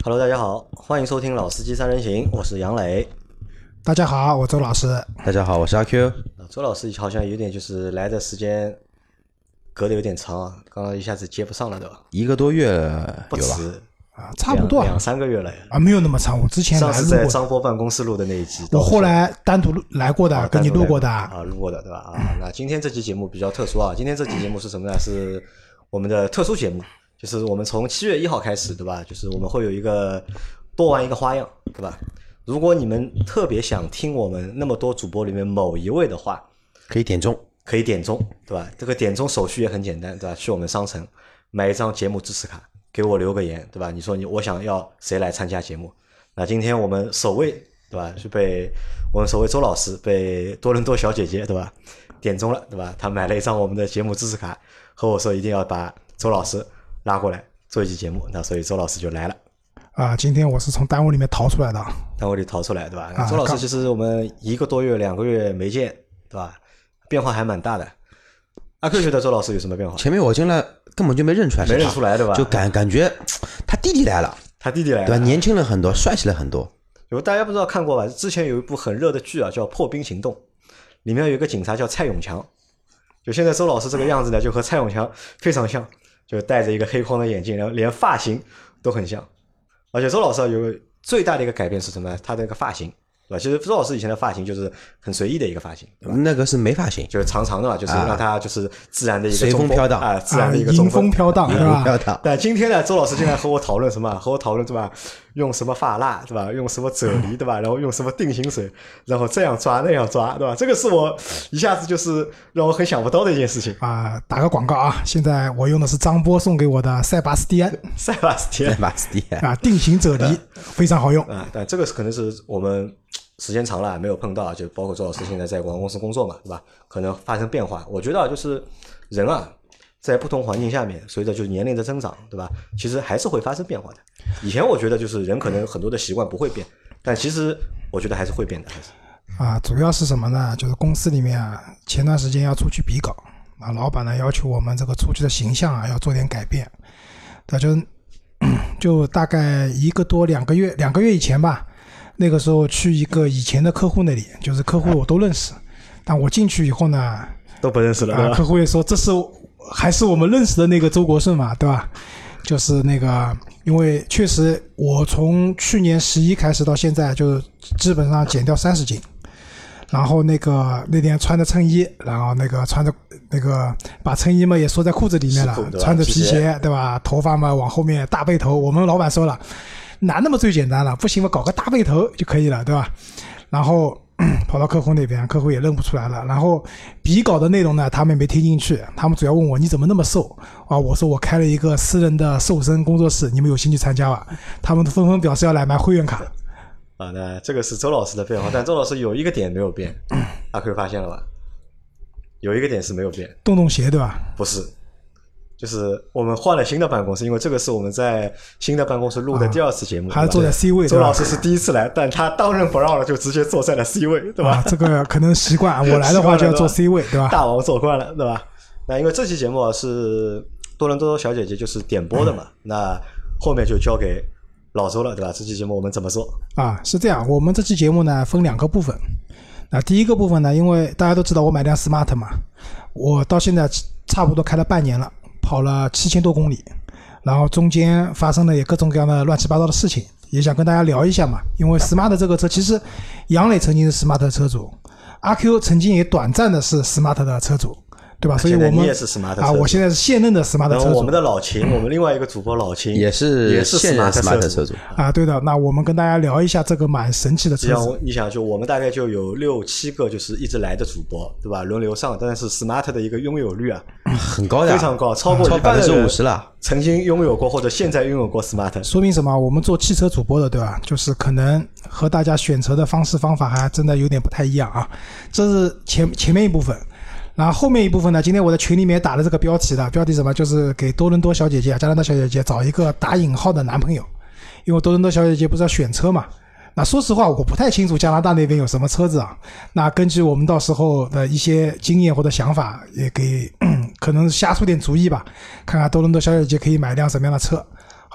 Hello，大家好，欢迎收听老司机三人行，我是杨磊。 大家好，我周老师。 大家好，我是阿 Q。 周老师好像有点就是来的时间隔得有点长啊，刚刚一下子接不上了，对吧 ？1个多月不有吧？ 止啊，差不多 2-3个月了啊，没有那么长。我之前上次在张波办公室录的那一集， 我后来单独来过的，跟你录过的啊，录过的对吧？啊，那今天这期节目比较特殊啊，今天这期节目是什么呢？是我们的特殊节目，就是我们从7月1号开始，对吧？就是我们会有一个多玩一个花样，对吧？如果你们特别想听我们那么多主播里面某一位的话， 可以点中， 对吧？这个点中手续也很简单，对吧？去我们商城买一张节目支持卡，给我留个言，对吧？你说我想要谁来参加节目？那今天我们首位，对吧？是被我们首位周老师被多伦多小姐姐，对吧？点中了，对吧？她买了一张我们的节目支持卡，和我说一定要把周老师拉过来做一期节目，那所以周老师就来了。 啊，今天我是从单位里面逃出来的。 单位里逃出来，对吧？周老师其实我们1个多月、2个月没见，对吧？变化还蛮大的。阿 Q 觉得周老师有什么变化？ 前面我进来根本就没认出来， 没认出来，对吧？ 就感觉他弟弟来了，对吧？年轻了很多，帅气了很多。 有大家不知道看过吧？之前有一部很热的剧啊，叫《破冰行动》，里面有一个警察叫蔡永强，就现在周老师这个样子呢，就和蔡永强非常像，就戴着一个黑框的眼镜，然后连发型都很像。而且周老师有个最大的一个改变是什么？他的那个发型，对吧？其实周老师以前的发型就是很随意的一个发型，对吧？ 那个是没发型， 就是长长的嘛，就是让他就是自然的一个随风飘荡啊，自然的一个迎风飘荡，是吧？ 但今天呢，周老师进来和我讨论什么？和我讨论对吧？用什么发蜡，对吧？用什么啫喱，对吧？然后用什么定型水，然后这样抓那样抓，对吧？这个是我一下子就是让我很想不到的一件事情啊！打个广告啊！现在我用的是张波送给我的塞巴斯蒂安啊，定型啫喱非常好用啊！但这个可能是我们时间长了没有碰到，就包括周老师现在在广告公司工作嘛，对吧？可能发生变化。我觉得就是人啊，在不同环境下面，随着就是年龄的增长，对吧？其实还是会发生变化的。以前我觉得就是人可能很多的习惯不会变，但其实我觉得还是会变的，还是。 啊，主要是什么呢？就是公司里面啊，前段时间要出去比稿啊，老板呢要求我们这个出去的形象啊要做点改变，那就大概1个多2个月以前吧。那个时候去一个以前的客户那里，就是客户我都认识，但我进去以后呢， 都不认识了，对吧？ 客户也说这是还是我们认识的那个周国顺嘛，对吧？就是那个，因为确实我从去年11开始到现在，就基本上减掉30斤，然后那天穿着衬衣，然后穿着把衬衣嘛也缩在裤子里面了，穿着皮鞋，对吧？头发嘛往后面大背头，我们老板说了。男的嘛最简单了，不行嘛搞个大背头就可以了，对吧？然后跑到客户那边，客户也认不出来了。然后比稿的内容呢，他们没听进去，他们主要问我你怎么那么瘦啊？我说我开了一个私人的瘦身工作室，你们有兴趣参加吧？他们纷纷表示要来买会员卡。 啊，那这个是周老师的变化，但周老师有一个点没有变，阿 Q 发现了吧？有一个点是没有变， 洞鞋对吧？ 不是。就是我们换了新的办公室，因为这个是我们在新的办公室录的第2次节目， 还是坐在 C 位。 周老师是第1次来，但他当仁不让了，就直接坐在了 C 位，对吧？ 这个可能习惯，我来的话就要坐 C 位，对吧？ 大王坐惯了，对吧？那因为这期节目是多伦多小姐姐就是点播的嘛，那后面就交给老周了，对吧？这期节目我们怎么做啊？是这样，我们这期节目呢分2个部分。那第一个部分呢，因为大家都知道我买辆 Smart 嘛，我到现在差不多开了半年了。跑了7000多公里，然后中间发生了也各种各样的乱七八糟的事情，也想跟大家聊一下嘛。因为 Smart 这个车，其实杨磊曾经是 Smart 的车主，阿 Q 曾经也短暂的是 Smart 的车主，对吧？所以我们你也是 Smart 车主我现在是现任的 Smart 车主。 我们的老秦，我们另外一个主播老秦也是现任 Smart 车主啊，对的。那我们跟大家聊一下这个蛮神奇的车子。 你想，就我们大概就有6-7个就是一直来的主播，对吧？轮流上，但是 Smart 的一个拥有率啊， 很高的， 非常高，超过一半的人 50%了。 曾经拥有过或者现在拥有过 Smart， 说明什么？我们做汽车主播的，对吧？就是可能和大家选择的方式方法还真的有点不太一样啊。这是前面一部分。然后后面一部分呢，今天我在群里面打了这个标题的，标题什么？就是给多伦多小姐姐、加拿大小姐姐找一个打引号的男朋友，因为多伦多小姐姐不是要选车嘛。那说实话，我不太清楚加拿大那边有什么车子啊。那根据我们到时候的一些经验或者想法，也给可能瞎出点主意吧，看看多伦多小姐姐可以买辆什么样的车。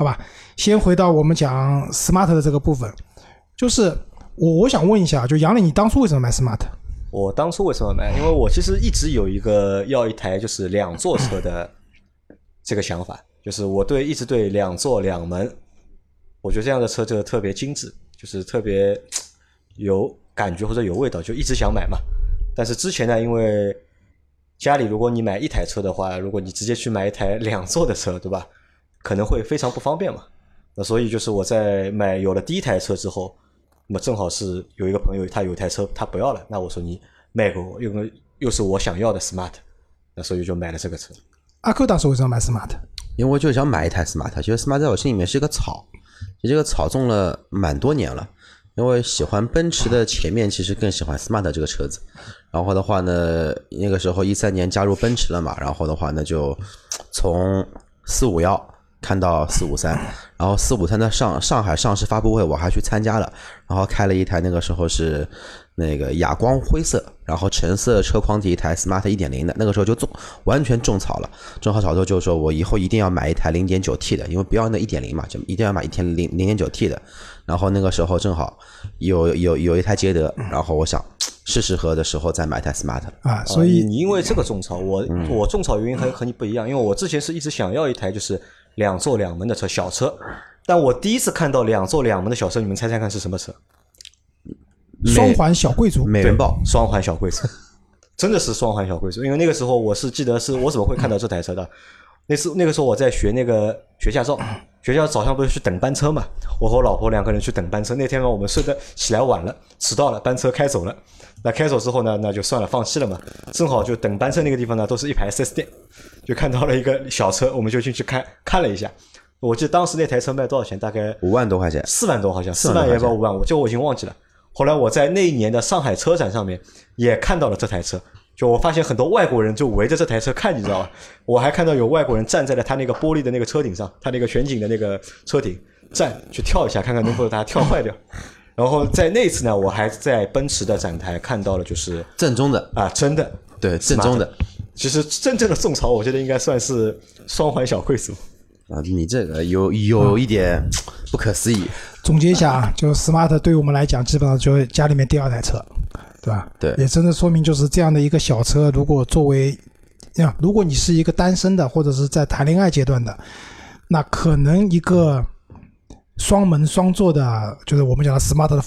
好吧？先回到我们讲 Smart 的这个部分，就是我想问一下，就杨磊，你当初为什么买 Smart？ 我当初为什么买？因为我其实一直有一个要一台就是2座车的这个想法，就是我一直对2座2门，我觉得这样的车就特别精致，就是特别有感觉或者有味道，就一直想买嘛。但是之前呢，因为家里如果你买一台车的话，如果你直接去买一台2座的车，对吧？可能会非常不方便嘛。那所以就是我在有了第一台车之后，那么正好是有一个朋友他有一台车他不要了，那我说你卖给我，因为又是我想要的 Smart， 那所以就买了这个车。 阿 Q 当时为什么买 Smart？ 因为我就想买一台 Smart， 觉得 Smart 在我心里面是一个草，就这个草种了蛮多年了。因为喜欢奔驰的前面，其实更喜欢 Smart 这个车子。然后的话呢，那个时候13年加入奔驰了嘛，然后的话呢，就从451看到453，然后453的上海上市发布会我还去参加了，然后开了一台那个时候是那个哑光灰色，然后橙色车框的一台 Smart 1.0 的，那个时候就完全种草了。种好草之后就说我以后一定要买一台 0.9T 的，因为不要那 1.0 嘛，就一定要买一台 0.9T 的。然后那个时候正好有一台捷德，然后我想是适合的时候再买一台 Smart 啊。所以你因为这个种草，我种草原因和你不一样，因为我之前是一直想要一台就是2座2门的车，小车。但我第一次看到2座2门的小车，你们猜猜看是什么车？ 双环小贵族， 美人豹， 双环小贵族，真的是双环小贵族。因为那个时候我是记得是我怎么会看到这台车的？那个时候我在学驾照，学校早上不是去等班车嘛？我和我老婆2个人去等班车。那天呢，我们睡得起来晚了，迟到了，班车开走了。那开走之后呢，那就算了，放弃了嘛。正好就等班车那个地方呢，都是一排 4S 店，就看到了一个小车，我们就进去看了一下。我记得当时那台车卖多少钱？大概 5万多块钱 ，4万多好像，4万也不5万，这我已经忘记了。后来我在那一年的上海车展上面也看到了这台车，就我发现很多外国人就围着这台车看，你知道吧？我还看到有外国人站在了他那个玻璃的那个车顶上，他那个全景的那个车顶站去跳一下，看看能否把它跳坏掉。然后在那次呢，我还在奔驰的展台看到了就是正宗的啊，真的对正宗的。 其实真正的种草，我觉得应该算是双环小贵族啊，你这个有一点不可思议。 总结一下啊，就 Smart 对我们来讲，基本上就是家里面第2台车，对吧？ 对， 也真的说明就是这样的一个小车，如果如果你是一个单身的，或者是在谈恋爱阶段的，那可能一个双门双座的，就是我们讲的 Smart 的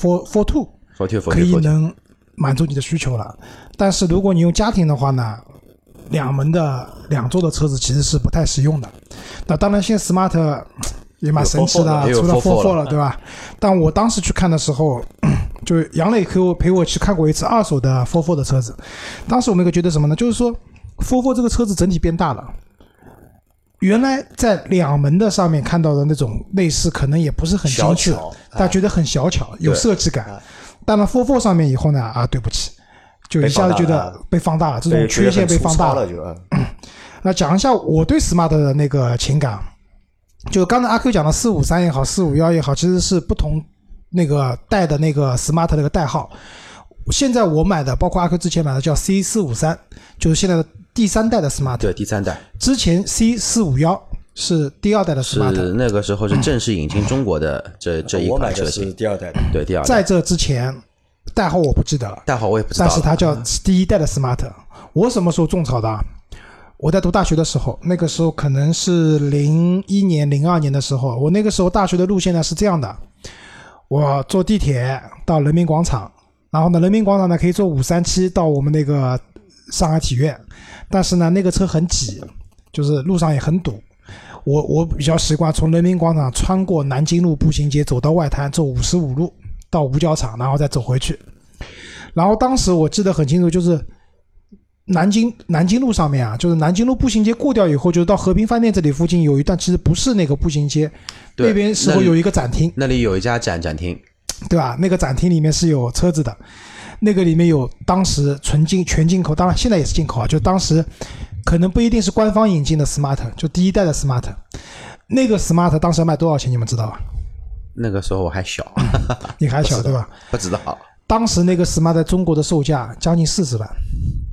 442可以能满足你的需求了。但是如果你用家庭的话呢，2门的2座的车子其实是不太实用的。那当然现在 Smart 也蛮神奇的，除了 442 了，对吧？但我当时去看的时候，就杨磊陪我去看过一次2手的 442 的车子。当时我们觉得什么呢？就是说 442 这个车子整体变大了。原来在2门的上面看到的那种内饰可能也不是很精致，大家觉得很小巧，有设计感。但了 442 上面以后呢，啊，对不起，就一下子觉得被放大了，这种缺陷被放大了。那讲一下我对 Smart 的那个情感，就刚才阿 Q 讲的453也好，451也好，其实是不同那个带的那个 Smart 那个代号。现在我买的，包括阿 Q 之前买的叫 C453， 就是现在的第3代的 Smart。 对，第3代。 之前 C451是第2代的 Smart， 是那个时候是正式引进中国的这一款车型。 我买的是第2代的。 对，第2代。 在这之前，代号我不记得了， 代号我也不知道了， 但是它叫第1代的 Smart。我什么时候种草的？我在读大学的时候，那个时候可能是01年、02年的时候，我那个时候大学的路线呢是这样的：我坐地铁到人民广场，然后呢，人民广场呢可以坐537到我们那个上海体院，但是呢，那个车很挤，就是路上也很堵。我比较习惯从人民广场穿过南京路步行街走到外滩，走55路到五角场，然后再走回去。然后当时我记得很清楚，就是南京路上面啊，就是南京路步行街过掉以后，就是到和平饭店这里附近有一段其实不是那个步行街，那边时候有一个展厅， 那里有一家展厅， 对吧？那个展厅里面是有车子的，那个里面有当时全进口，当然现在也是进口啊，就当时可能不一定是官方引进的 Smart， 就第1代的 Smart。那个 Smart 当时卖多少钱？你们知道吧？ 那个时候我还小， 你还小对吧？ 不知道。 当时那个 Smart 在中国的售价将近40万。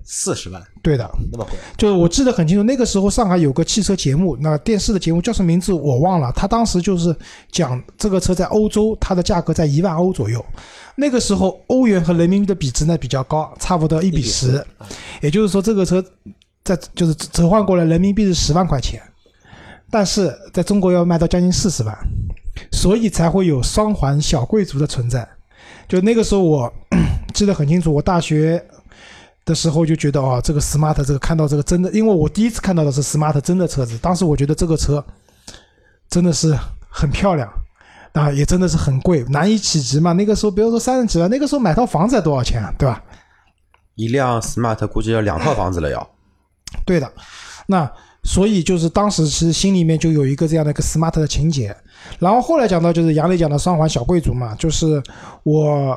40万， 对的， 那么贵。 就是我记得很清楚，那个时候上海有个汽车节目，那电视的节目叫什么名字我忘了，他当时就是讲这个车在欧洲它的价格在1万欧左右。那个时候欧元和人民币的比值呢比较高，差不多1比10，也就是说这个车就是折换过来人民币是10万块钱，但是在中国要卖到将近40万，所以才会有双环小贵族的存在。就那个时候我记得很清楚，我大学的时候就觉得这个 smart 这个看到这个真的，因为我第一次看到的是 smart 真的车子，当时我觉得这个车真的是很漂亮啊，也真的是很贵，难以企及嘛。那个时候比如说30几万，那个时候买套房子才多少钱啊，对吧？ 一辆 smart 估计要2套房子了要。 对的，那所以就是当时其实心里面就有一个这样的一个 smart 的情节。然后后来讲到就是杨磊讲的双环小贵族嘛，就是我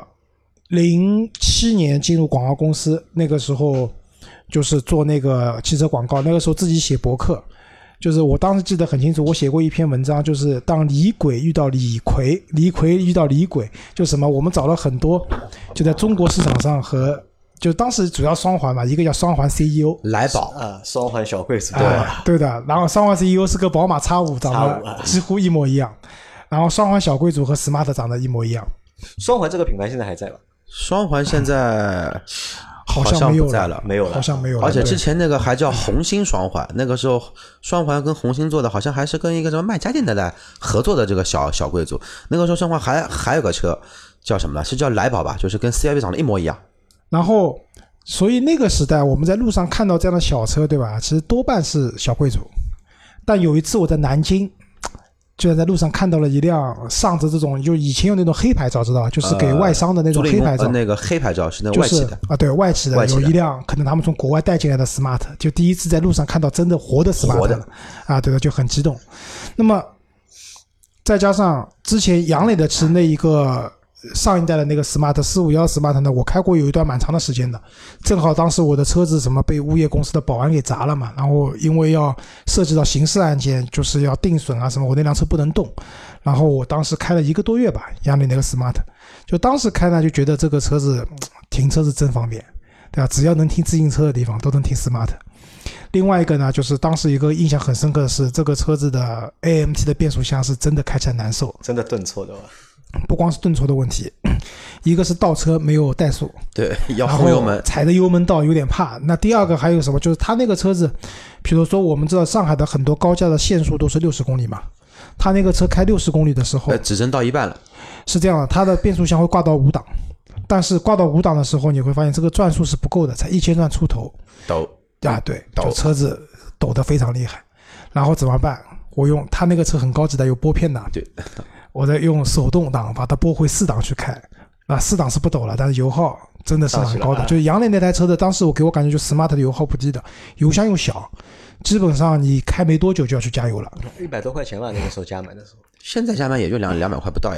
07年进入广告公司，那个时候就是做那个汽车广告，那个时候自己写博客，就是我当时记得很清楚，我写过一篇文章，就是当李鬼遇到李逵，李逵遇到李鬼，就什么我们找了很多就在中国市场上和就当时主要双环嘛，一个叫双环 CEO 来宝啊，双环小贵族， 对的，然后双环 CEO 是个宝马 X5，长得几乎一模一样，然后双环小贵族和 smart 长得一模一样。 双环这个品牌现在还在吧？ 双环现在好像没有不在了， 没有了， 好像没有了。 而且之前那个还叫红星双环，那个时候双环跟红星做的好像还是跟一个什么卖家电的来合作的这个小贵族。那个时候双环还有个车叫什么呢？是叫来宝吧，就是跟 CRV 长得一模一样。 然后所以那个时代我们在路上看到这样的小车，对吧？其实多半是小贵族。但有一次我在南京居然在路上看到了一辆上着这种就以前有那种黑牌照，知道吧？就是给外商的那种黑牌照， 那个黑牌照是那个外企的、 就是、对，外企的有一辆可能他们从国外带进来的 smart， 就第一次在路上看到真的活的 smart 了对的，就很激动。那么再加上之前杨磊的是那一个上一代的那个 smart 451 smart 呢，我开过有一段蛮长的时间的，正好当时我的车子什么被物业公司的保安给砸了嘛，然后因为要涉及到刑事案件，就是要定损啊什么，我那辆车不能动，然后我当时开了1个多月吧，杨磊那个 smart， 就当时开呢就觉得这个车子停车是真方便，对吧？只要能停自行车的地方都能停 smart。另外一个呢，就是当时一个印象很深刻的是，这个车子的 AMT 的变速箱是真的开起来难受， 真的顿挫的吧？ 不光是顿挫的问题，一个是倒车没有怠速， 对，要轰油门， 踩着油门倒有点怕。那第二个还有什么？就是它那个车子，比如说我们知道上海的很多高架的限速都是60公里嘛，它那个车开60公里的时候， 指针到一半了。 是这样的，它的变速箱会挂到5档，但是挂到5档的时候，你会发现这个转速是不够的，才1000转出头。 抖啊，对，就车子抖得非常厉害。然后怎么办？我用它那个车很高级的，有拨片的， 对。 我在用手动挡把它拨回4档去开，啊，4档是不抖了，但是油耗真的是蛮高的。就是杨磊那台车的，当时我给我感觉就 smart 的油耗不低的，油箱又小，基本上你开没多久就要去加油了。 100多块钱吧，那个时候加满的时候。 现在加满也就200块不到呀。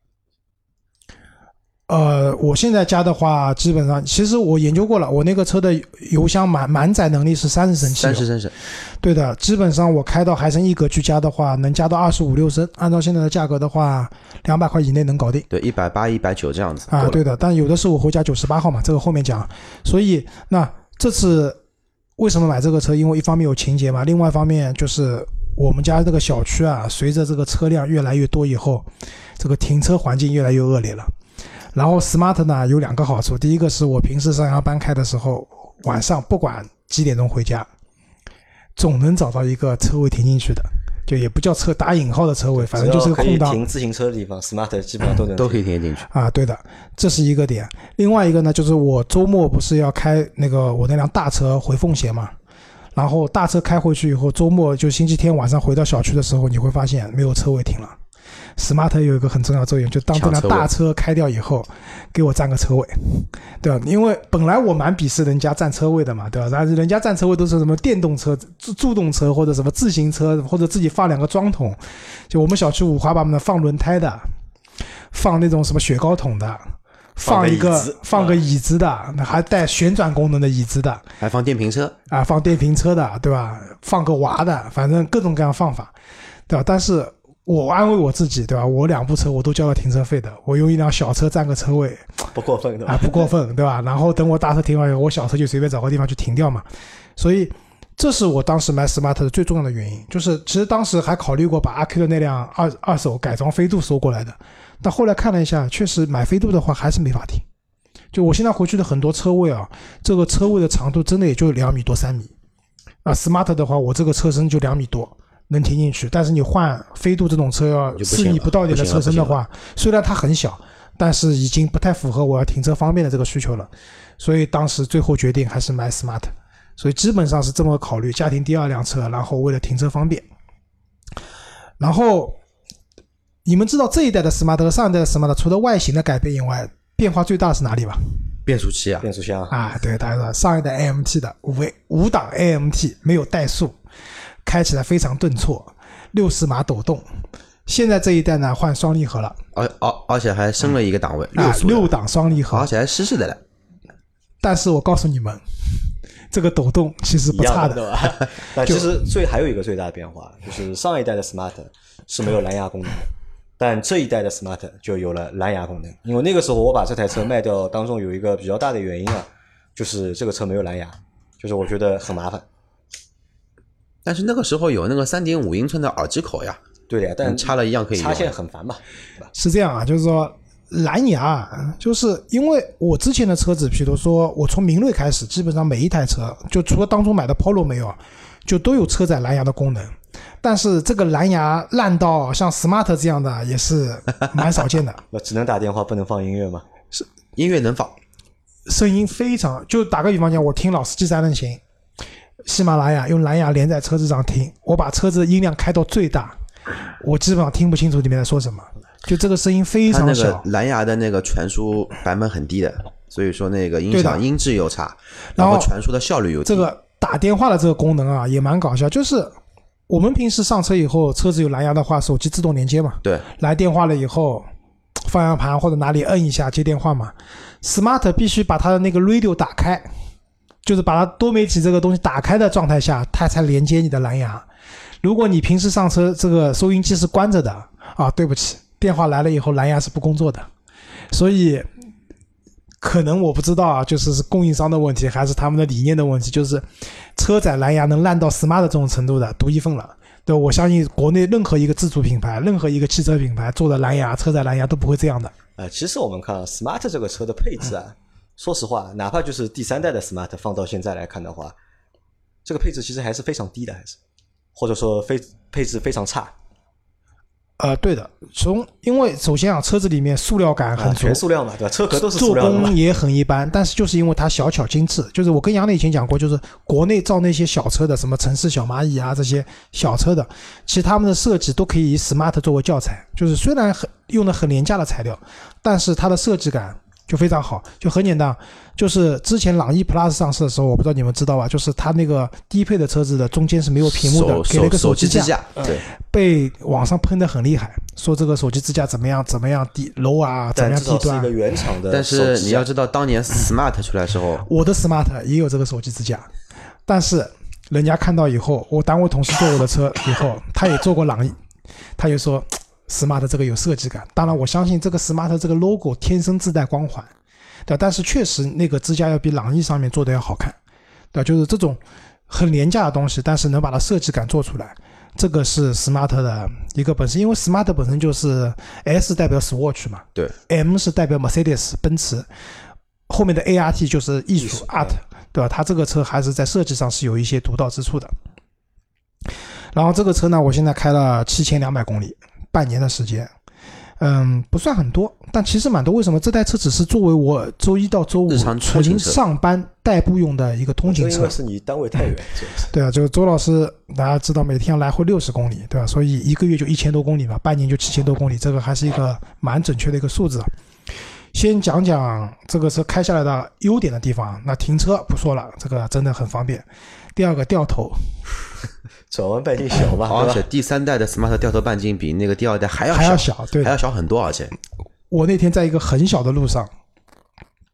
我现在加的话，基本上其实我研究过了，我那个车的油箱满载能力是30升汽油。 30升。 对的，基本上我开到海参一格去加的话，能加到25、6升。按照现在的价格的话，200块以内能搞定。 对，180、190这样子。 啊，对的，但有的是我会加98号嘛，这个后面讲。所以那这次为什么买这个车？因为一方面有情节嘛，另外一方面就是我们家这个小区啊，随着这个车辆越来越多以后，这个停车环境越来越恶劣了。然后 smart 呢有2个好处，第一个是我平时上下班开的时候，晚上不管几点钟回家，总能找到一个车位停进去的，就也不叫车打引号的车位，反正就是个空档。 停自行车的地方 ，smart 基本上都可以停进去啊。对的，这是一个点。另外一个呢，就是我周末不是要开我那辆大车回奉贤嘛，然后大车开回去以后，周末就星期天晚上回到小区的时候，你会发现没有车位停了。smart 有一个很重要的作用，就当这辆大车开掉以后，给我占个车位，对吧？因为本来我蛮鄙视人家占车位的嘛，对吧？但是人家占车位都是什么电动车、助动车或者什么自行车，或者自己放2个桩桶。就我们小区五花八门的，放轮胎的，放那种什么雪糕桶的，放个椅子的，还带旋转功能的椅子的， 还放电瓶车啊，放电瓶车的，对吧？放个娃的，反正各种各样放法，对吧？但是我安慰我自己，对吧？我2部车我都交了停车费的，我用一辆小车占个车位， 不过分的啊，不过分，对吧？然后等我大车停完以后，我小车就随便找个地方去停掉嘛。所以这是我当时买 smart 的最重要的原因，就是其实当时还考虑过把阿 Q 的那辆二手改装飞度收过来的，但后来看了一下，确实买飞度的话还是没法停。就我现在回去的很多车位啊，这个车位的长度真的也就2米多3米啊 ，smart 的话，我这个车身就2米多。能停进去，但是你换飞度这种车要4米不到一点的车身的话，虽然它很小，但是已经不太符合我要停车方便的这个需求了，所以当时最后决定还是买 smart， 所以基本上是这么考虑，家庭第2辆车，然后为了停车方便。然后你们知道这一代的 smart 和上一代的 smart 除了外形的改变以外，变化最大是哪里吧？ 变速器啊， 变速箱啊，对，大家说上一代 AMT 的5档 AMT 没有怠速，开起来非常顿挫，60码抖动。现在这一代呢换双离合了， 而且还升了一个档位 ，6档双离合， 而且还湿式的了。 但是我告诉你们，这个抖动其实不差的， 对吧？但其实还有一个最大的变化，就是上一代的 smart 是没有蓝牙功能的，但这一代的 smart 就有了蓝牙功能。因为那个时候我把这台车卖掉当中有一个比较大的原因啊，就是这个车没有蓝牙，就是我觉得很麻烦。 但是那个时候有那个 3.5 英寸的耳机口呀， 对的呀，但插了一样可以用， 插线很烦嘛，对吧？ 是这样啊，就是说蓝牙，就是因为我之前的车子，比如说我从明锐开始，基本上每一台车，就除了当初买的 Polo 没有，就都有车载蓝牙的功能。但是这个蓝牙烂到像 Smart 这样的也是蛮少见的。 那只能打电话不能放音乐吗？ 是音乐能放， 声音非常，就打个比方讲，我听老司机3人行。喜马拉雅用蓝牙连在车子上听，我把车子的音量开到最大，我基本上听不清楚里面在说什么，就这个声音非常小。 它那个蓝牙的那个传输版本很低的，所以说那个音响音质又差，然后传输的效率又低。 这个打电话的这个功能啊也蛮搞笑，就是我们平时上车以后，车子有蓝牙的话，手机自动连接嘛， 对， 来电话了以后，方向盘或者哪里摁一下接电话嘛。Smart 必须把它的那个 radio 打开。就是把它多媒体这个东西打开的状态下，它才连接你的蓝牙。如果你平时上车这个收音机是关着的啊，对不起，电话来了以后蓝牙是不工作的。所以可能我不知道啊，就是供应商的问题还是他们的理念的问题，就是车载蓝牙能烂到 Smart 这种程度的独一份了。对，我相信国内任何一个自主品牌，任何一个汽车品牌做的蓝牙车载蓝牙都不会这样的。 其实我们看 Smart 这个车的配置啊。说实话，哪怕就是第3代的 Smart 放到现在来看的话，这个配置其实还是非常低的，还是或者说配置非常差。 对的，因为首先啊，车子里面塑料感很足， 全塑料嘛，对吧？车壳都是塑料的嘛， 做工也很一般，但是就是因为它小巧精致，就是我跟杨磊以前讲过，就是国内造那些小车的，什么城市小蚂蚁啊这些小车的，其实他们的设计都可以以 Smart 作为教材，就是虽然用的很廉价的材料，但是它的设计感就非常好，就很简单，就是之前朗逸 Plus 上市的时候，我不知道你们知道吧，就是它那个低配的车子的中间是没有屏幕的，给了一个手机支架， 对， 被网上喷得很厉害，说这个手机支架怎么样低 low 啊，怎么样低端。 是一个原厂的， 但是你要知道，当年 Smart 出来的时候， 我的 Smart 也有这个手机支架，但是人家看到以后，我单位同事坐我的车以后，他也坐过朗逸，他就说。Smart 这个有设计感，当然我相信这个 Smart 这个 logo 天生自带光环，对吧？但是确实那个支架要比朗逸上面做的要好看，对吧？就是这种很廉价的东西，但是能把它设计感做出来，这个是 Smart 的一个本身，因为 Smart 本身就是 S 代表 Swatch 嘛， 对 ，M 是代表 Mercedes 奔驰，后面的 ART 就是艺术 Art， 对吧？它这个车还是在设计上是有一些独到之处的。然后这个车呢，我现在开了7200公里。半年的时间，不算很多，但其实蛮多。为什么？这台车只是作为我周一到周五纯上班代步用的一个通勤车。 因为是你单位太远， 对啊，就是周老师大家知道每天要来回60公里，对吧？所以一个月就1000多公里嘛，半年就7000多公里，这个还是一个蛮准确的一个数字。先讲讲这个车开下来的优点的地方，那停车不说了，这个真的很方便。第二个掉头。 转弯半径小吧， 而且第3代的 Smart 掉头半径比那个第2代还要小， 对， 还要小很多，而且我那天在一个很小的路上，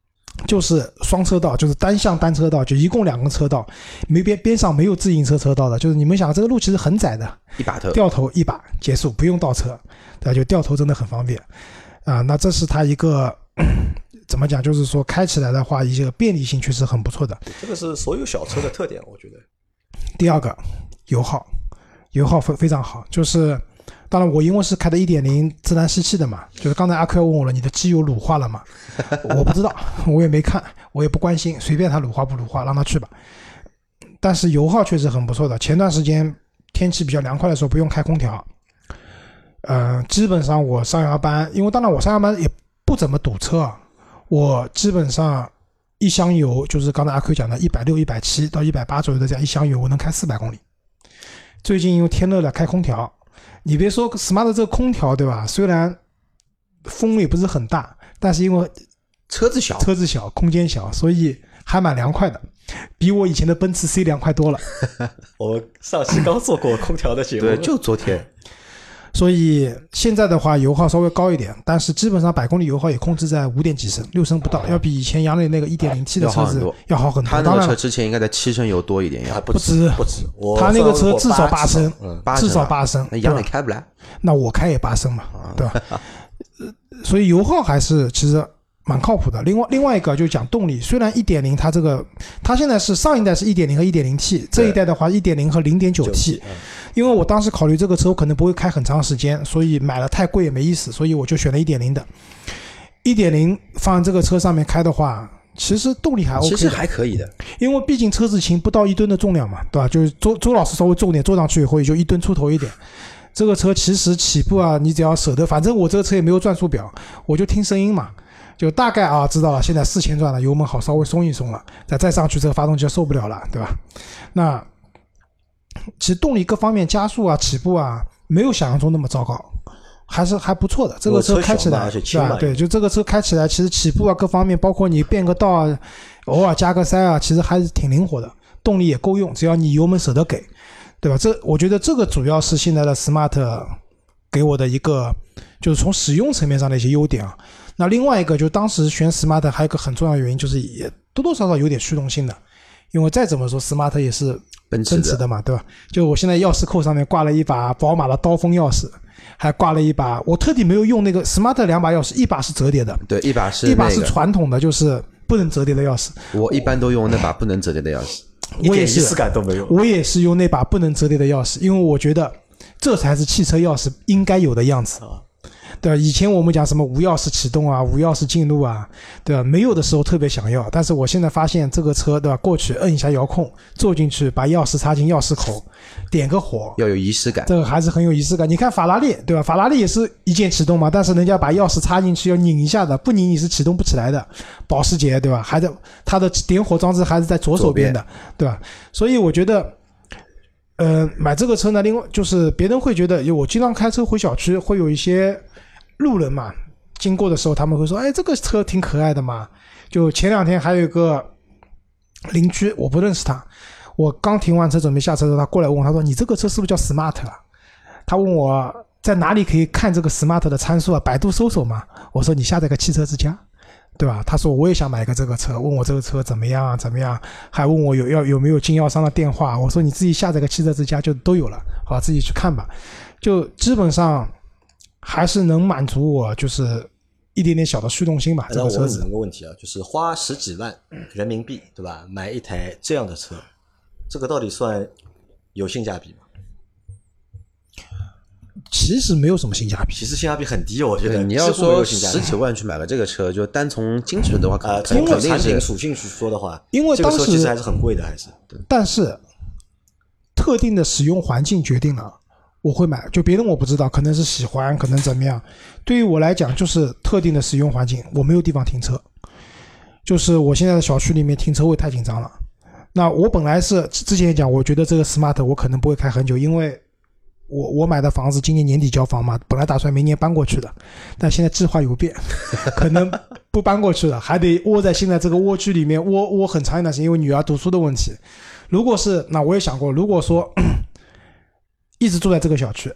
就是双车道，就是单向单车道，就一共2个车道，边上没有自行车车道的，就是你们想这个路其实很窄的， 一把头掉头一把结束，不用倒车，对吧？就掉头真的很方便啊。那这是它一个怎么讲，就是说开起来的话，一个便利性确实很不错的。 这个是所有小车的特点，我觉得。 第二个，油耗非常好，就是当然我因为是开的 1.0 自然吸气的嘛，就是刚才阿 Q 问我了，你的机油乳化了吗？我不知道，我也没看，我也不关心，随便它乳化不乳化，让它去吧。但是油耗确实很不错的。前段时间天气比较凉快的时候不用开空调，基本上我上下班，因为当然我上下班也不怎么堵车啊，我基本上一箱油就是刚才阿 Q 讲的160、170到180左右的这样一箱油，我能开400公里。最近因为天热了，开空调，你别说 Smart 这个空调对吧？虽然风也不是很大，但是因为车子小， 空间小，所以还蛮凉快的，比我以前的奔驰 C 凉快多了。 我上期刚做过空调的节目， 对，就昨天。 所以现在的话油耗稍微高一点，但是基本上100公里油耗也控制在5.几升，6升不到，要比以前杨磊那个 1.0T 的车子要好很多。 他那个车之前应该在7升油多一点， 不止， 他那个车至少8升，至少8升。 那杨磊开不来， 那我开也8升嘛，对吧？所以油耗还是其实蛮靠谱的。另外一个就讲动力，虽然 1.0 它现在是上一代是 1.0 和 1.0T， 这一代的话 1.0 和 0.9T。因为我当时考虑这个车我可能不会开很长时间，所以买了太贵也没意思，所以我就选了 1.0 的。1.0 放这个车上面开的话，其实动力还 OK， 其实还可以的， 因为毕竟车子轻，不到1吨的重量嘛，对吧？就是周老师稍微重点，坐上去以后也就1吨出头一点。这个车其实起步啊，你只要舍得，反正我这个车也没有转速表，我就听声音嘛，就大概啊知道了，现在4000转了，油门好稍微松一松了，再上去这个发动机就受不了了，对吧？那其实动力各方面加速啊起步啊没有想象中那么糟糕，还不错的。这个车开起来对吧？对，就这个车开起来其实起步啊各方面，包括你变个道啊偶尔加个塞啊，其实还是挺灵活的，动力也够用，只要你油门舍得给，对吧？我觉得这个主要是现在的 Smart 给我的一个就是从使用层面上的一些优点啊。那另外一个就当时选 Smart 还有一个很重要的原因就是也多多少少有点虚荣心的，因为再怎么说 Smart 也是奔驰的嘛，对吧？就我现在钥匙扣上面挂了一把宝马的刀锋钥匙，还挂了一把，我特地没有用那个 Smart 2把钥匙，一把是折叠的， 对，一把是传统的，就是不能折叠的钥匙。 我一般都用那把不能折叠的钥匙， 我也是， 一点仪式感都没有。 我也是用那把不能折叠的钥匙，因为我觉得这才是汽车钥匙应该有的样子。对吧？以前我们讲什么无钥匙启动啊，无钥匙进入啊，对吧？没有的时候特别想要，但是我现在发现这个车，对吧？过去摁一下遥控，坐进去，把钥匙插进钥匙口，点个火， 要有仪式感， 这个还是很有仪式感。你看法拉利，对吧？法拉利也是一键启动嘛，但是人家把钥匙插进去要拧一下的，不拧你是启动不起来的。保时捷，对吧？还在它的点火装置还是在左手边的，对吧？所以我觉得。买这个车呢，另外就是别人会觉得，我经常开车回小区，会有一些路人嘛，经过的时候他们会说，哎，这个车挺可爱的嘛。就前2天还有一个邻居，我不认识他，我刚停完车准备下车的时候，他过来问我，他说你这个车是不是叫 Smart 啊？他问我在哪里可以看这个 Smart 的参数啊，百度搜索嘛。我说你下载个汽车之家，对吧？他说我也想买个这个车，问我这个车怎么样啊？怎么样？还问我有没有经销商的电话？我说你自己下载个汽车之家就都有了，好，自己去看吧。就基本上还是能满足我就是一点点小的虚荣心吧。这个车子。 我问你个问题啊，就是花10几万人民币，对吧？买一台这样的车，这个到底算有性价比吗？ 其实没有什么性价比， 其实性价比很低，我觉得。 你要说10几万去买了这个车，就单从精准的话，从产品属性去说的话， 因为当时这个车其实还是很贵的，还是。 但是特定的使用环境决定了我会买，就别人我不知道，可能是喜欢，可能怎么样。对于我来讲，就是特定的使用环境，我没有地方停车，就是我现在的小区里面停车位太紧张了。那我本来是之前讲，我觉得这个 Smart 我可能不会开很久，因为我买的房子今年年底交房嘛，本来打算明年搬过去的，但现在计划有变，可能不搬过去了，还得窝在现在这个蜗居里面窝很长一段时间，因为女儿读书的问题。如果是，那我也想过，如果说一直住在这个小区，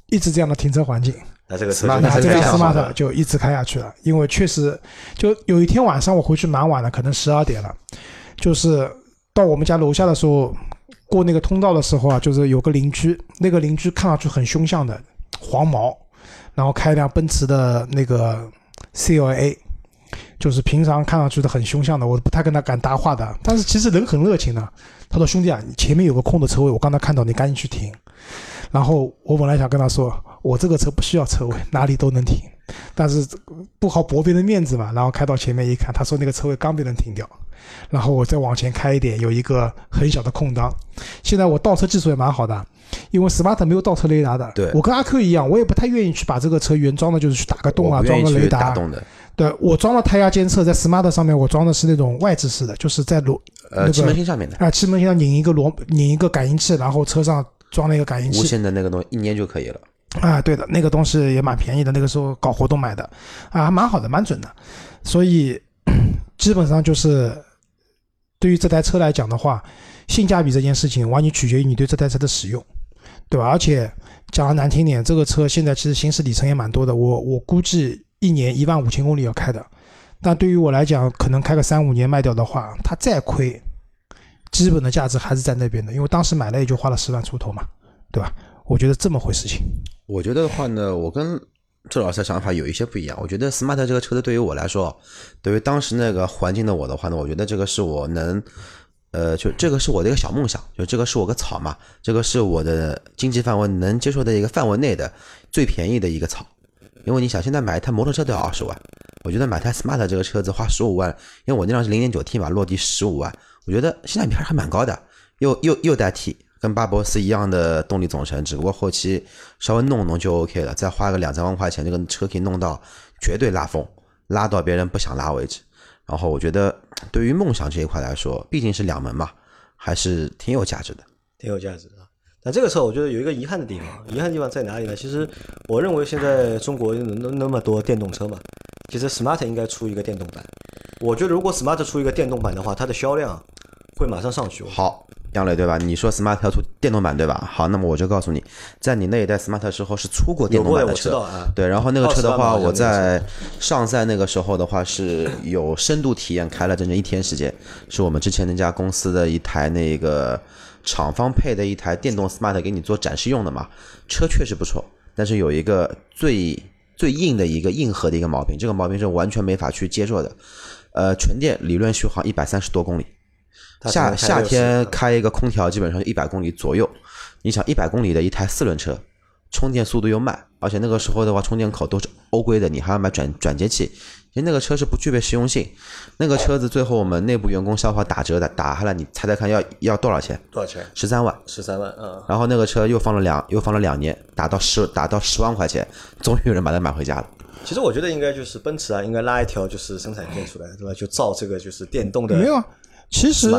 一直这样的停车环境， 那这个车那那这个还是非常好 smart 就一直开下去了。因为确实，就有一天晚上我回去蛮晚了，可能12点了，就是到我们家楼下的时候，过那个通道的时候啊，就是有个邻居，那个邻居看上去很凶相的，黄毛，然后开一辆奔驰的那个 CLA。就是平常看上去的很凶相的，我不太跟他敢搭话的，但是其实人很热情的。他说：“兄弟啊，你前面有个空的车位，我刚才看到，你赶紧去停。”然后我本来想跟他说，我这个车不需要车位，哪里都能停，但是不好驳别人面子嘛。然后开到前面一看，他说那个车位刚被人停掉，然后我再往前开一点，有一个很小的空档。现在我倒车技术也蛮好的，因为 smart 没有倒车雷达的。 对， 我跟阿 Q 一样，我也不太愿意去把这个车原装的，就是去打个洞啊，装个雷达。 打洞的。 对，我装了胎压监测，在 smart 上面我装的是那种外置式的，就是在气门芯上面的啊，气门芯上拧一个感应器，然后车上装了一个感应器， 无线的那个东西1年就可以了。 啊，对的，那个东西也蛮便宜的，那个时候搞活动买的，啊，还蛮好的，蛮准的。所以基本上就是对于这台车来讲的话，性价比这件事情完全取决于你对这台车的使用，对吧？而且讲得难听点，这个车现在其实行驶里程也蛮多的，我估计1年15000公里要开的，但对于我来讲，可能开个3-5年卖掉的话，它再亏，基本的价值还是在那边的，因为当时买了也就花了10万出头嘛，对吧？我觉得这么回事情。 我觉得的话呢，我跟周老师的想法有一些不一样。我觉得 smart 这个车子对于我来说，对于当时那个环境的我的话呢，我觉得这个是我能，就这个是我的一个小梦想，就这个是我个草嘛，这个是我的经济范围能接受的一个范围内的最便宜的一个草。因为你想，现在买一台摩托车都要20万，我觉得买台 smart 这个车子花15万，因为我那辆是 0.9T 嘛，落地15万，我觉得性价比还蛮高的，又带 T， 跟巴博斯一样的动力总成，只不过后期稍微弄弄就 OK 了，再花个2-3万块钱，这个车可以弄到绝对拉风，拉到别人不想拉为止。然后我觉得对于梦想这一块来说，毕竟是2门嘛，还是挺有价值的， 挺有价值的。但这个车我觉得有一个遗憾的地方，遗憾的地方在哪里呢？其实我认为现在中国那么多电动车嘛，其实 smart 应该出一个电动版。我觉得如果 smart 出一个电动版的话，它的销量会马上上去。 好，杨磊对吧？你说 smart 要出电动版对吧？好，那么我就告诉你，在你那一代 smart 时候是出过电动版的车，对，然后那个车的话，我在上赛那个时候的话是有深度体验，开了整整1天时间，是我们之前那家公司的一台那个厂方配的一台电动 smart 给你做展示用的嘛，车确实不错，但是有一个最硬的一个硬核的一个毛病，这个毛病是完全没法去接受的。纯电理论续航130多公里，夏天开一个空调基本上100公里左右。你想100公里的一台4轮车，充电速度又慢，而且那个时候的话充电口都是欧规的，你还要买转接器，其实那个车是不具备实用性。那个车子最后我们内部员工消化打折的，打下来你猜猜看要多少钱？ 多少钱 ？13万。 13万， 然后那个车又放了2年，打到10万块钱，终于有人把它买回家了。 其实我觉得应该就是奔驰啊，应该拉一条就是生产线出来，对吧？就造这个就是电动的。 没有，其实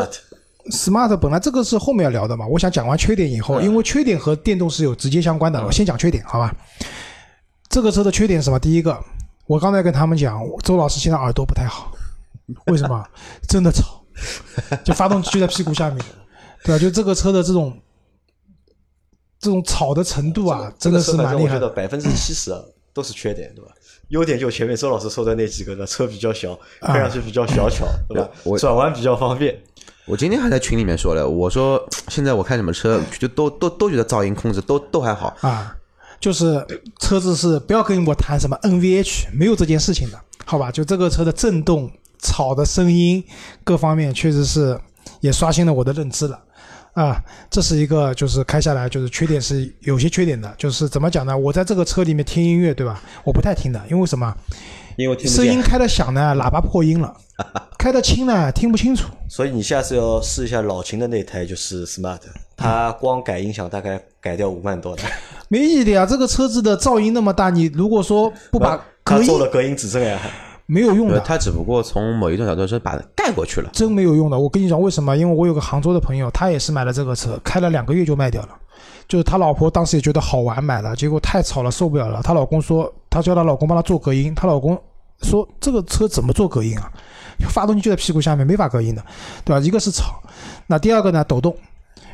smart 本来这个是后面要聊的嘛，我想讲完缺点以后，因为缺点和电动是有直接相关的，我先讲缺点，好吧？这个车的缺点是什么？第一个，我刚才跟他们讲，周老师现在耳朵不太好，为什么？真的吵，就发动机就在屁股下面，对吧？就这个车的这种吵的程度啊，真的是蛮厉害的。 我觉得70%都是缺点，对吧？优点就前面周老师说的那几个，车比较小，开上去比较小巧，对吧？转弯比较方便。 我今天还在群里面说了，我说现在我开什么车，就都觉得噪音控制都还好啊。就是车子是不要跟我谈什么 NVH， 没有这件事情的，好吧？就这个车的震动、吵的声音各方面，确实是也刷新了我的认知了。啊，这是一个就是开下来就是缺点是有些缺点的，就是怎么讲呢？我在这个车里面听音乐，对吧？我不太听的，因为什么？ 因为声音开的响呢，喇叭破音了；开的轻呢，听不清楚。 所以你下次要试一下老秦的那台就是 smart， 它光改音响大概改掉5万多的。 没意义的呀，这个车子的噪音那么大，你如果说不把隔音， 他做了隔音指正呀。 没有用的， 他只不过从某一种角度是把它盖过去了， 真没有用的。我跟你讲为什么？因为我有个杭州的朋友，他也是买了这个车，开了2个月就卖掉了。就是他老婆当时也觉得好玩买了，结果太吵了受不了了。她老公说，她叫她老公帮她做隔音，她老公说这个车怎么做隔音啊？发动机就在屁股下面，没法隔音的，对吧？一个是吵，那第二个呢，抖动。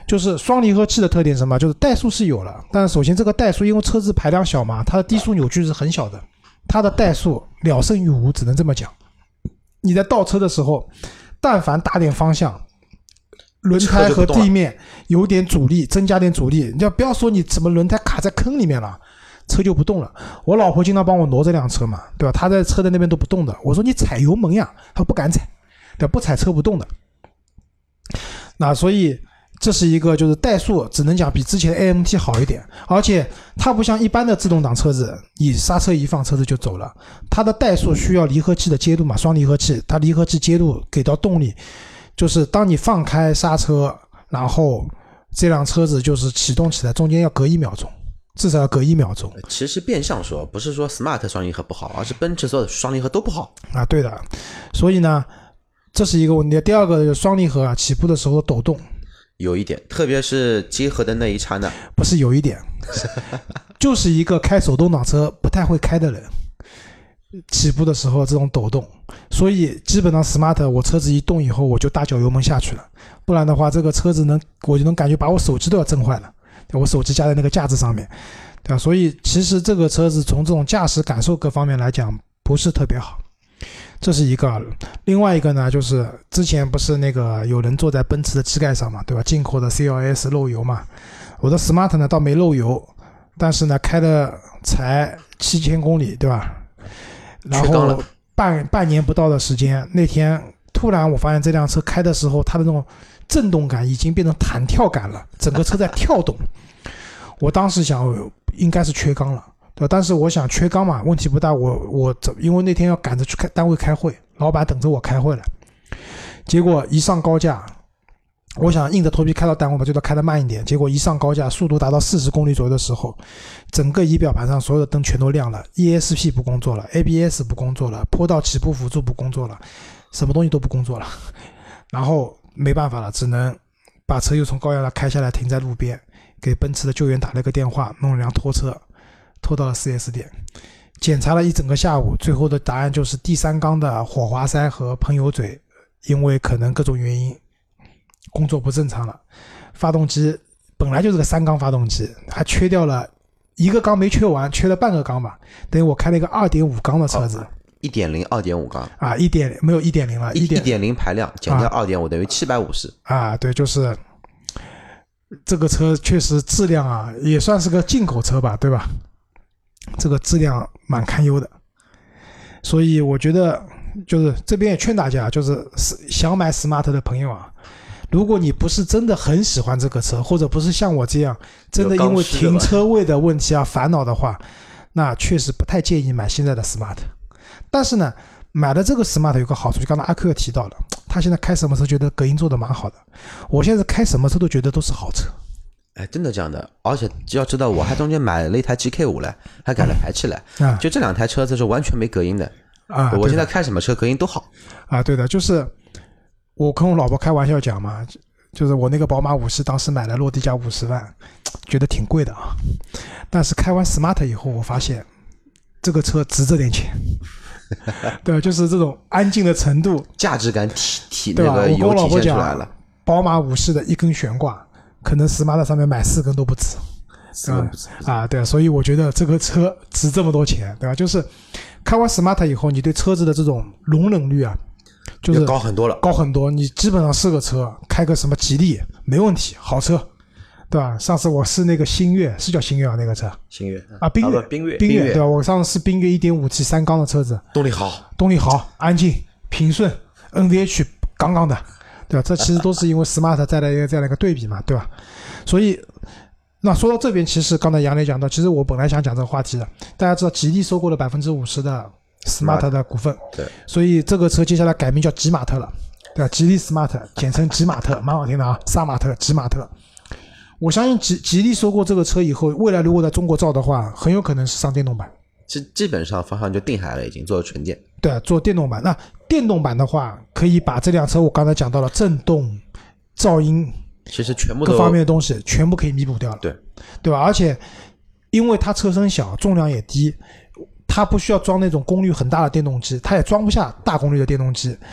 就是双离合器的特点是什么？就是怠速是有了，但是首先这个怠速因为车子排量小嘛，它的低速扭矩是很小的，它的怠速了胜于无，只能这么讲。你在倒车的时候，但凡打点方向，轮胎和地面有点阻力，增加点阻力，你要不要说你什么轮胎卡在坑里面了，车就不动了。我老婆经常帮我挪这辆车嘛，对吧？她在车的那边都不动的，我说你踩油门呀，她不敢踩，对吧？不踩车不动的。那所以这是一个就是怠速只能讲比之前的 AMT 好一点，而且它不像一般的自动挡车子，你刹车一放车子就走了，它的怠速需要离合器的接度嘛，双离合器，它离合器接度给到动力，就是当你放开刹车，然后这辆车子就是启动起来，中间要隔1秒钟，至少要隔1秒钟。 其实变相说，不是说 Smart 双离合不好，而是奔驰所有的双离合都不好啊。对的，所以呢，这是一个问题。第二个就是双离合啊，起步的时候抖动。 有一点，特别是结合的那一刹那， 不是有一点，就是一个开手动挡车不太会开的人，起步的时候这种抖动，所以基本上 Smart 我车子一动以后我就大脚油门下去了，不然的话这个车子我就能感觉把我手机都要震坏了，我手机架在那个架子上面，对吧？所以其实这个车子从这种驾驶感受各方面来讲不是特别好。这是一个，另外一个呢，就是之前不是那个有人坐在奔驰的机盖上嘛，对吧？进口的 CLS 漏油嘛，我的 Smart 呢倒没漏油，但是呢开了才7000公里，对吧？然后半年不到的时间，那天突然我发现这辆车开的时候，它的那种震动感已经变成弹跳感了，整个车在跳动。我当时想应该是缺缸了。对，但是我想缺缸嘛，问题不大。因为那天要赶着去单位开会，老板等着我开会了。结果一上高架，我想硬着头皮开到单位嘛，就得开得慢一点。结果一上高架，速度达到40公里左右的时候，整个仪表盘上所有的灯全都亮了 ，ESP 不工作了 ，ABS 不工作了，坡道起步辅助不工作了，什么东西都不工作了。然后没办法了，只能把车又从高架上开下来，停在路边，给奔驰的救援打了个电话，弄了辆拖车。拖到了 4S 店，检查了一整个下午，最后的答案就是第三缸的火花塞和喷油嘴因为可能各种原因工作不正常了，发动机本来就是个3缸发动机，还缺掉了一个缸没缺完，缺了半个缸吧，等于我开了一个 2.5 缸的车子。 1.0 2.5缸啊，没有 1.0 了 1.0 排量减掉 2.5 等于750 啊，对，就是这个车确实质量啊也算是个进口车吧，对吧？这个质量蛮堪忧的，所以我觉得就是这边也劝大家，就是想买 Smart 的朋友啊，如果你不是真的很喜欢这个车，或者不是像我这样真的因为停车位的问题啊烦恼的话，那确实不太建议买现在的 Smart。但是呢，买了这个 Smart 有个好处，就刚才阿 Q 也提到了，他现在开什么车觉得隔音做的蛮好的，我现在开什么车都觉得都是好车。 哎，真的这样的，而且要知道，我还中间买了一台 GK5 来，还改了排气来，就这两台车子是完全没隔音的啊。 我现在开什么车隔音都好啊。对的，就是我跟我老婆开玩笑讲嘛，就是我那个宝马50当时买了落地价50万，觉得挺贵的啊。但是开完 Smart 以后，我发现这个车值这点钱。对，就是这种安静的程度， 价值感那个有体现出来了。 宝马50的一根悬挂。可能 Smart 上面买4根都不止，啊，对，所以我觉得这个车值这么多钱，对吧？就是开完 Smart 以后，你对车子的这种容忍率啊，就是高很多了， 高很多。你基本上是个车，开个什么吉利没问题，好车，对吧？上次我是那个星越，是叫星越啊，那个车， 星越啊，冰越，对吧？我上次是冰越 1.5T 3缸的车子， 动力好， 安静，平顺 ，NVH 杠杠的。对吧？这其实都是因为 Smart 再来这样的一个对比嘛，对吧？所以，那说到这边，其实刚才杨磊讲到，其实我本来想讲这个话题的。大家知道，吉利收购了50%的 Smart 的股份， 对， 所以这个车接下来改名叫吉马特了，对吧？吉利 Smart 简称吉马特，蛮好听的啊，杀马特、吉马特。我相信吉利收购这个车以后，未来如果在中国造的话，很有可能是上电动版。 基本上方向就定下来了，已经做纯电。 对，做电动版。那电动版的话，可以把这辆车我刚才讲到了震动、噪音， 其实全部都各方面的东西全部可以弥补掉了。对吧？而且因为它车身小，重量也低，它不需要装那种功率很大的电动机，它也装不下大功率的电动机。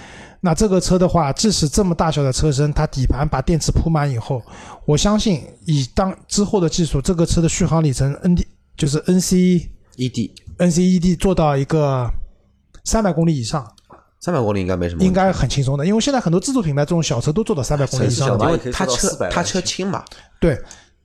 那这个车的话，即使这么大小的车身，它底盘把电池铺满以后，我相信以之后的技术，这个车的续航里程就是 NCED 做到一个300公里以上。 300公里应该没什么问题， 应该很轻松的，因为现在很多自主品牌这种小车都做到300公里以上因为它车轻嘛。 对，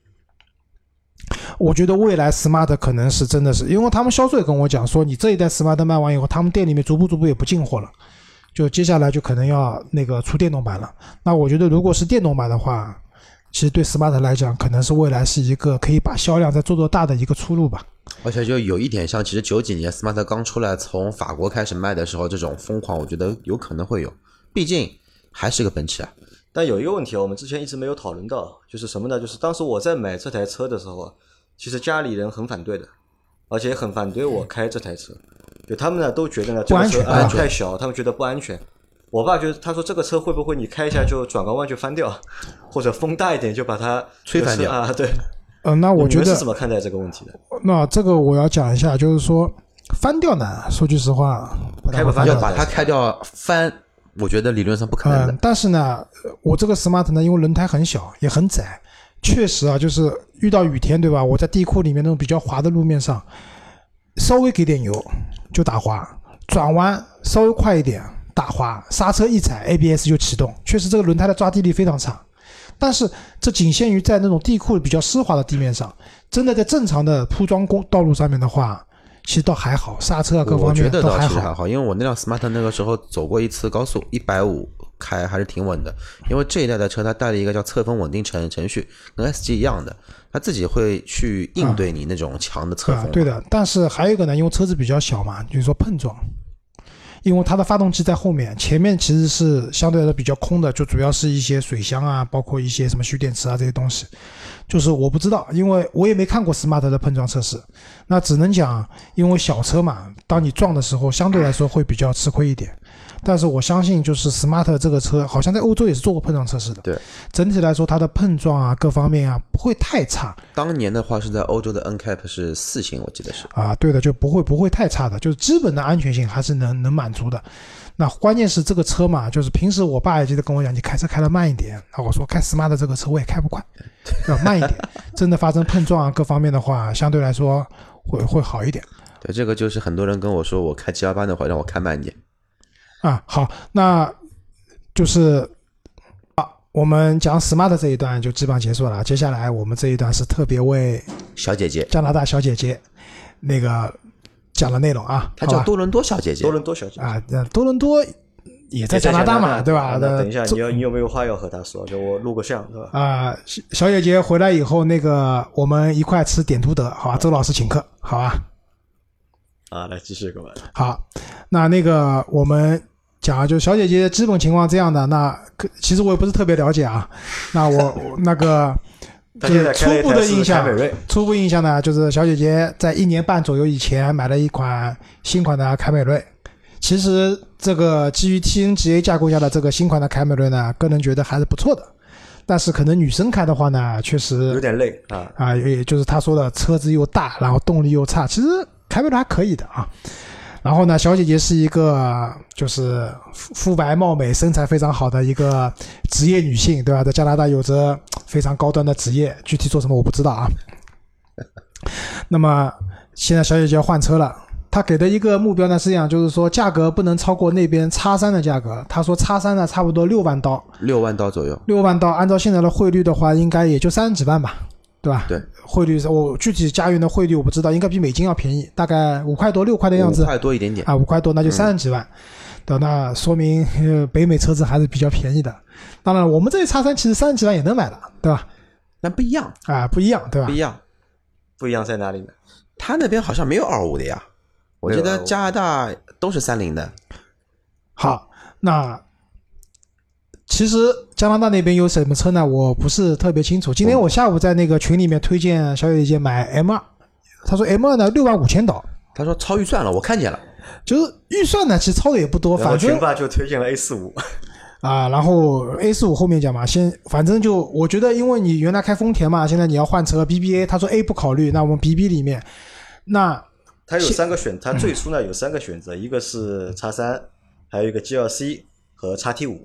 我觉得未来 Smart 可能是真的是，因为他们销售也跟我讲说，你这一代 Smart 卖完以后，他们店里面逐步也不进货了，就接下来就可能要那个出电动版了。那我觉得如果是电动版的话，其实对 Smart 来讲，可能是未来是一个可以把销量再做大的一个出路吧。 而且就有一点像，其实90几年 Smart 刚出来，从法国开始卖的时候，这种疯狂，我觉得有可能会有，毕竟还是个奔驰啊。 但有一个问题啊，我们之前一直没有讨论到，就是什么呢？就是当时我在买这台车的时候，其实家里人很反对的，而且很反对我开这台车，就他们呢都觉得呢这个车太小，他们觉得不安全。我爸觉得，他说这个车会不会你开一下就转个弯就翻掉，或者风大一点就把它吹翻掉啊？对。 那我觉得你们是怎么看待这个问题的？ 那这个我要讲一下，就是说翻掉呢，说句实话， 开不翻要把它开掉翻，我觉得理论上不可能的。 但是呢，我这个 Smart 呢，因为轮胎很小也很窄，确实啊，就是遇到雨天对吧？我在地库里面那种比较滑的路面上，稍微给点油就打滑，转弯稍微快一点打滑，刹车一踩 ABS 就启动，确实这个轮胎的抓地力非常差。但是这仅限于在那种地库比较湿滑的地面上，真的在正常的铺装道路上面的话，其实倒还好，刹车啊各方面都还好。 我觉得倒其实还好，因为我那辆 Smart 那个时候走过一次高速，150开还是挺稳的。因为这一代的车它带了一个叫侧风稳定程序，跟 S 级一样的，它自己会去应对你那种强的侧风。 对的，但是还有一个呢，因为车子比较小嘛，就是说碰撞。因为它的发动机在后面，前面其实是相对来说比较空的，就主要是一些水箱啊，包括一些什么蓄电池啊这些东西。就是我不知道，因为我也没看过 Smart 的碰撞测试，那只能讲，因为小车嘛，当你撞的时候，相对来说会比较吃亏一点。但是我相信，就是 Smart 这个车，好像在欧洲也是做过碰撞测试的。 对， 整体来说，它的碰撞啊，各方面啊，不会太差。 当年的话是在欧洲的 NCAP 是4星，我记得是。 啊，对的，就不会太差的，就是基本的安全性还是能满足的。那关键是这个车嘛，就是平时我爸也记得跟我讲，你开车开得慢一点。那我说开 Smart 这个车我也开不快，要慢一点。真的发生碰撞啊各方面的话，相对来说会好一点。 对，这个就是很多人跟我说，我开718的话让我开慢一点。 啊，好，那就是我们讲 Smart 这一段就基本上结束了。接下来我们这一段是特别为小姐姐加拿大小姐姐那个讲的内容啊， 她叫多伦多小姐姐， 多伦多小姐姐啊，多伦多也在加拿大嘛，对吧？ 那等一下，你有没有话要和她说？就我录个像，对吧？ 啊，小姐姐回来以后，那个我们一块吃点图德，好吧？周老师请客，好吧？ 啊，来继续，各位。 好，那个我们讲就小姐姐基本情况这样的，那其实我也不是特别了解啊。那我那个就是初步印象呢，就是小姐姐在1年半左右以前买了一款新款的凯美瑞。其实这个基于 TNGA 架构下的这个新款的凯美瑞呢，个人觉得还是不错的。但是可能女生开的话呢，确实有点累啊， 也就是他说的车子又大，然后动力又差，其实凯美瑞还可以的啊。然后呢，小姐姐是一个就是肤白貌美、身材非常好的一个职业女性，对吧？在加拿大有着非常高端的职业，具体做什么我不知道啊。那么现在小姐姐要换车了，她给的一个目标呢是这样，就是说价格不能超过那边 X3 的价格。她说 X3 呢差不多6万刀 ，6万刀左右 ，6万刀，按照现在的汇率的话，应该也就30几万吧。对吧？ 对， 汇率我具体加元的汇率我不知道，应该比美金要便宜，大概5块多6块的样子。 5块多一点点啊，5块多那就30几万。对，那说明北美车子还是比较便宜的。当然，我们这里 X3 其实30几万也能买的，对吧？ 但不一样啊，不一样，对吧？ 不一样在哪里呢？ 他那边好像没有25的呀，我记得加拿大都是30的。 好，那其实加拿大那边有什么车呢？我不是特别清楚。今天我下午在那个群里面推荐小姐姐买 M2， 他说 M2 呢6万5千刀， 他说超预算了，我看见了。 就是预算呢，其实超的也不多，反正群霸就推荐了 A45 啊，然后 A45 后面讲嘛，反正就我觉得，因为你原来开丰田嘛，现在你要换车 BBA， 他说 A 不考虑，那我们 BB 里面，那他有3个选，他最初呢有3个选择，一个是 X3， 还有一个 GLC， 和 XT5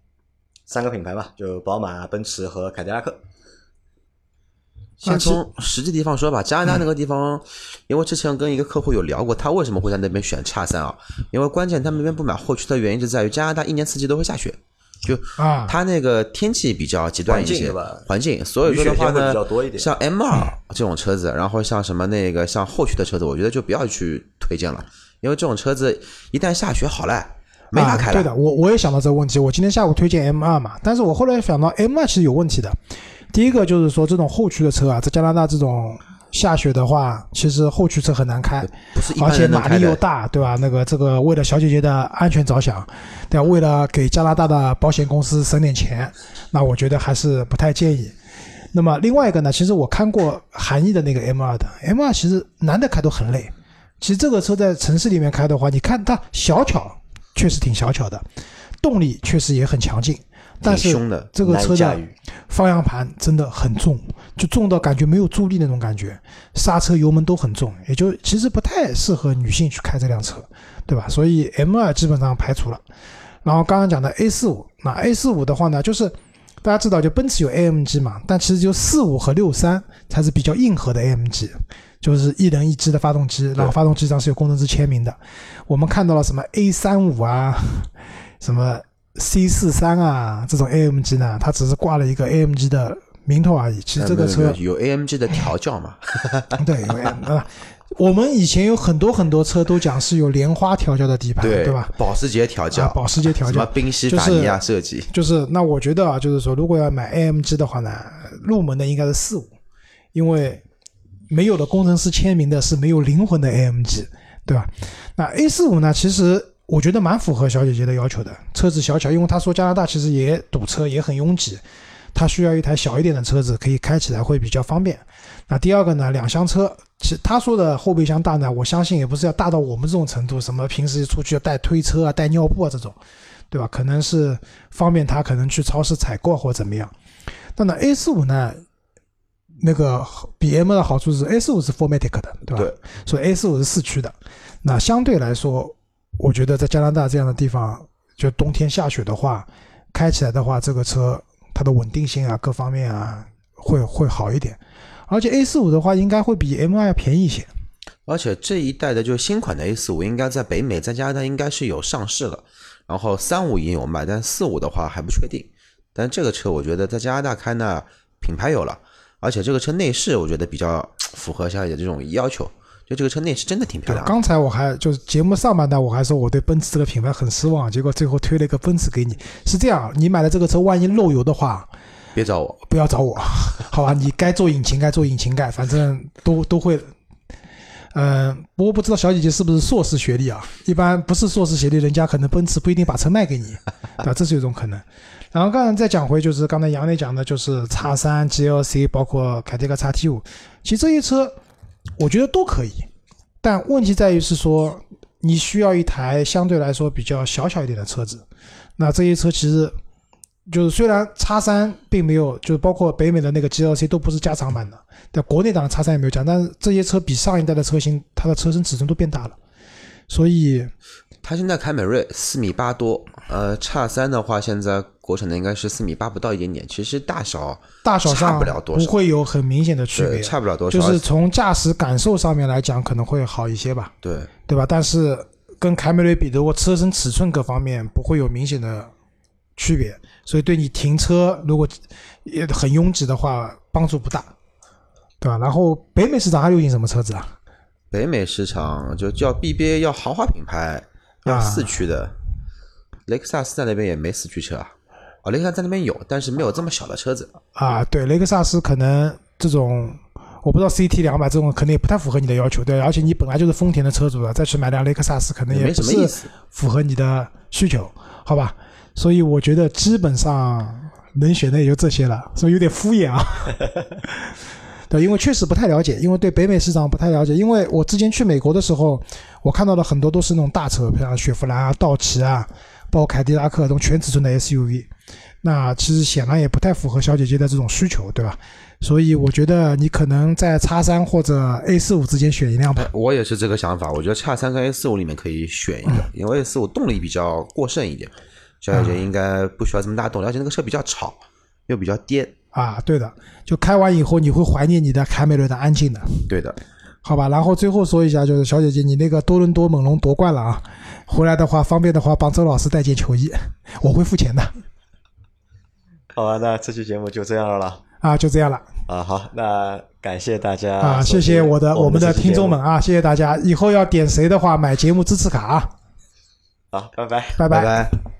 3个品牌吧，就宝马、奔驰和凯迪拉克。 先从实际地方说吧，加拿大那个地方，因为之前跟一个客户有聊过，他为什么会在那边选X3啊？因为关键他们那边不买后驱的原因就在于加拿大一年四季都会下雪，就它那个天气比较极端一些，环境，所以说的话呢，像 M2 这种车子，然后像什么那个像后驱的车子，我觉得就不要去推荐了，因为这种车子一旦下雪好了，没法开了。 对的，我也想到这个问题，我今天下午推荐 M2 嘛，但是我后来想到 M2 其实有问题的。第一个就是说，这种后驱的车啊，在加拿大这种下雪的话，其实后驱车很难开， 不是一般人能开的， 而且马力又大，对吧？这个为了小姐姐的安全着想，对吧？为了给加拿大的保险公司省点钱，那我觉得还是不太建议。那么另外一个呢，其实我看过韩裔的那个 M2 的 M2，其实男的开都很累。其实这个车在城市里面开的话，你看它小巧，确实挺小巧的，动力确实也很强劲。但是这个车的方向盘真的很重，就重到感觉没有助力那种感觉，刹车油门都很重，也就其实不太适合女性去开这辆车，对吧？所以 M2 基本上排除了。然后刚刚讲的 A45， 那 A45 的话呢，就是大家知道就奔驰有 AMG 嘛，但其实就45和63才是比较硬核的 AMG， 就是一人一支的发动机，然后发动机上是有工程师签名的。我们看到了什么 A35 啊，什么C43啊，这种 AMG 呢，它只是挂了一个 AMG 的名头而已。其实这个车有 AMG 的调教嘛？ 对，有我们以前有很多车都讲是有莲花调教的底盘，对吧？ 保时捷调教， 保时捷调教， 什么宾夕法尼亚设计， 就是那我觉得啊，就是说如果要买 AMG 的话呢，入门的应该是45，因为没有了工程师签名的是没有灵魂的 AMG， 对吧？那 A45 呢，其实我觉得蛮符合小姐姐的要求的，车子小巧，因为她说加拿大其实也堵车，也很拥挤，她需要一台小一点的车子，可以开起来会比较方便。那第二个呢，两厢车，其实她说的后备箱大呢，我相信也不是要大到我们这种程度，什么平时出去要带推车啊、带尿布啊这种，对吧？可能是方便她可能去超市采购或怎么样。那 A45 呢，那个比 M 的好处是 A45 是 4MATIC 的，对吧？对，所以 A45 是4驱的。那相对来说，我觉得在加拿大这样的地方，就冬天下雪的话，开起来的话，这个车它的稳定性啊，各方面啊，会好一点。而且 A45 的话，应该会比 M2 要便宜一些。 而且这一代的就新款的 A45 应该在北美，在加拿大应该是有上市了。然后35已经有卖，但45的话还不确定。但这个车我觉得在加拿大开呢，品牌有了，而且这个车内饰我觉得比较符合小姐姐这种要求。就这个车内饰真的挺漂亮的。 刚才我还就是节目上半段我还说我对奔驰这个品牌很失望，结果最后推了一个奔驰给你。是这样，你买了这个车万一漏油的话， 别找我， 不要找我，好吧？你该做引擎盖，反正都会。不过不知道小姐姐是不是硕士学历啊？一般不是硕士学历，人家可能奔驰不一定把车卖给你，对吧？这是有一种可能。然后刚才再讲回，就是刚才杨磊讲的，就是 X3、GLC， 包括凯迪拉克 XT5， 其实这些车我觉得都可以，但问题在于是说你需要一台相对来说比较小一点的车子。那这些车其实就是虽然 X3 并没有，就是包括北美的那个 GLC 都不是加长版的，在国内当然 X3 也没有加，但是这些车比上一代的车型它的车身尺寸都变大了，所以它现在凯美瑞4.8米多，X3 的话现在国产的应该是4.8米不到一点点，其实大小上差不了多少， 不会有很明显的区别， 差不了多少， 就是从驾驶感受上面来讲可能会好一些吧，对吧？但是跟凯美瑞比，如果车身尺寸各方面不会有明显的区别，所以对你停车如果也很拥挤的话帮助不大，对吧？然后北美市场还流行什么车子啊？ 北美市场就叫 BBA 要豪华品牌，要4驱的，雷克萨斯在那边也没4驱车啊。雷克萨斯在那边有，但是没有这么小的车子啊。对，雷克萨斯可能这种我不知道 CT200 这种可能也不太符合你的要求，对，而且你本来就是丰田的车主了，再去买辆雷克萨斯可能也不是符合你的需求，好吧？所以我觉得基本上能选的也就这些了，所以有点敷衍啊。对，因为确实不太了解，因为对北美市场不太了解。因为我之前去美国的时候，我看到的很多都是那种大车，比如雪佛兰啊、道奇啊，包括凯迪拉克这种全尺寸的 SUV。那其实显然也不太符合小姐姐的这种需求，对吧？所以我觉得你可能在 X3 或者 A45 之间选一辆吧。 我也是这个想法，我觉得 X3 跟 A45 里面可以选一个，因为 A45 动力比较过剩一点。 小姐姐应该不需要这么大动力，而且那个车比较吵，又比较颠。 啊，对的，就开完以后你会怀念你的凯美瑞的安静的。 对的。 好吧，然后最后说一下，就是小姐姐，你那个多伦多猛龙夺冠了啊，回来的话方便的话帮周老师带件球衣，我会付钱的。 好吧，那这期节目就这样了啊，就这样了啊。好，那感谢大家啊，谢谢我们的听众们啊，谢谢大家。以后要点谁的话，买节目支持卡啊。 好，拜拜， 拜拜拜。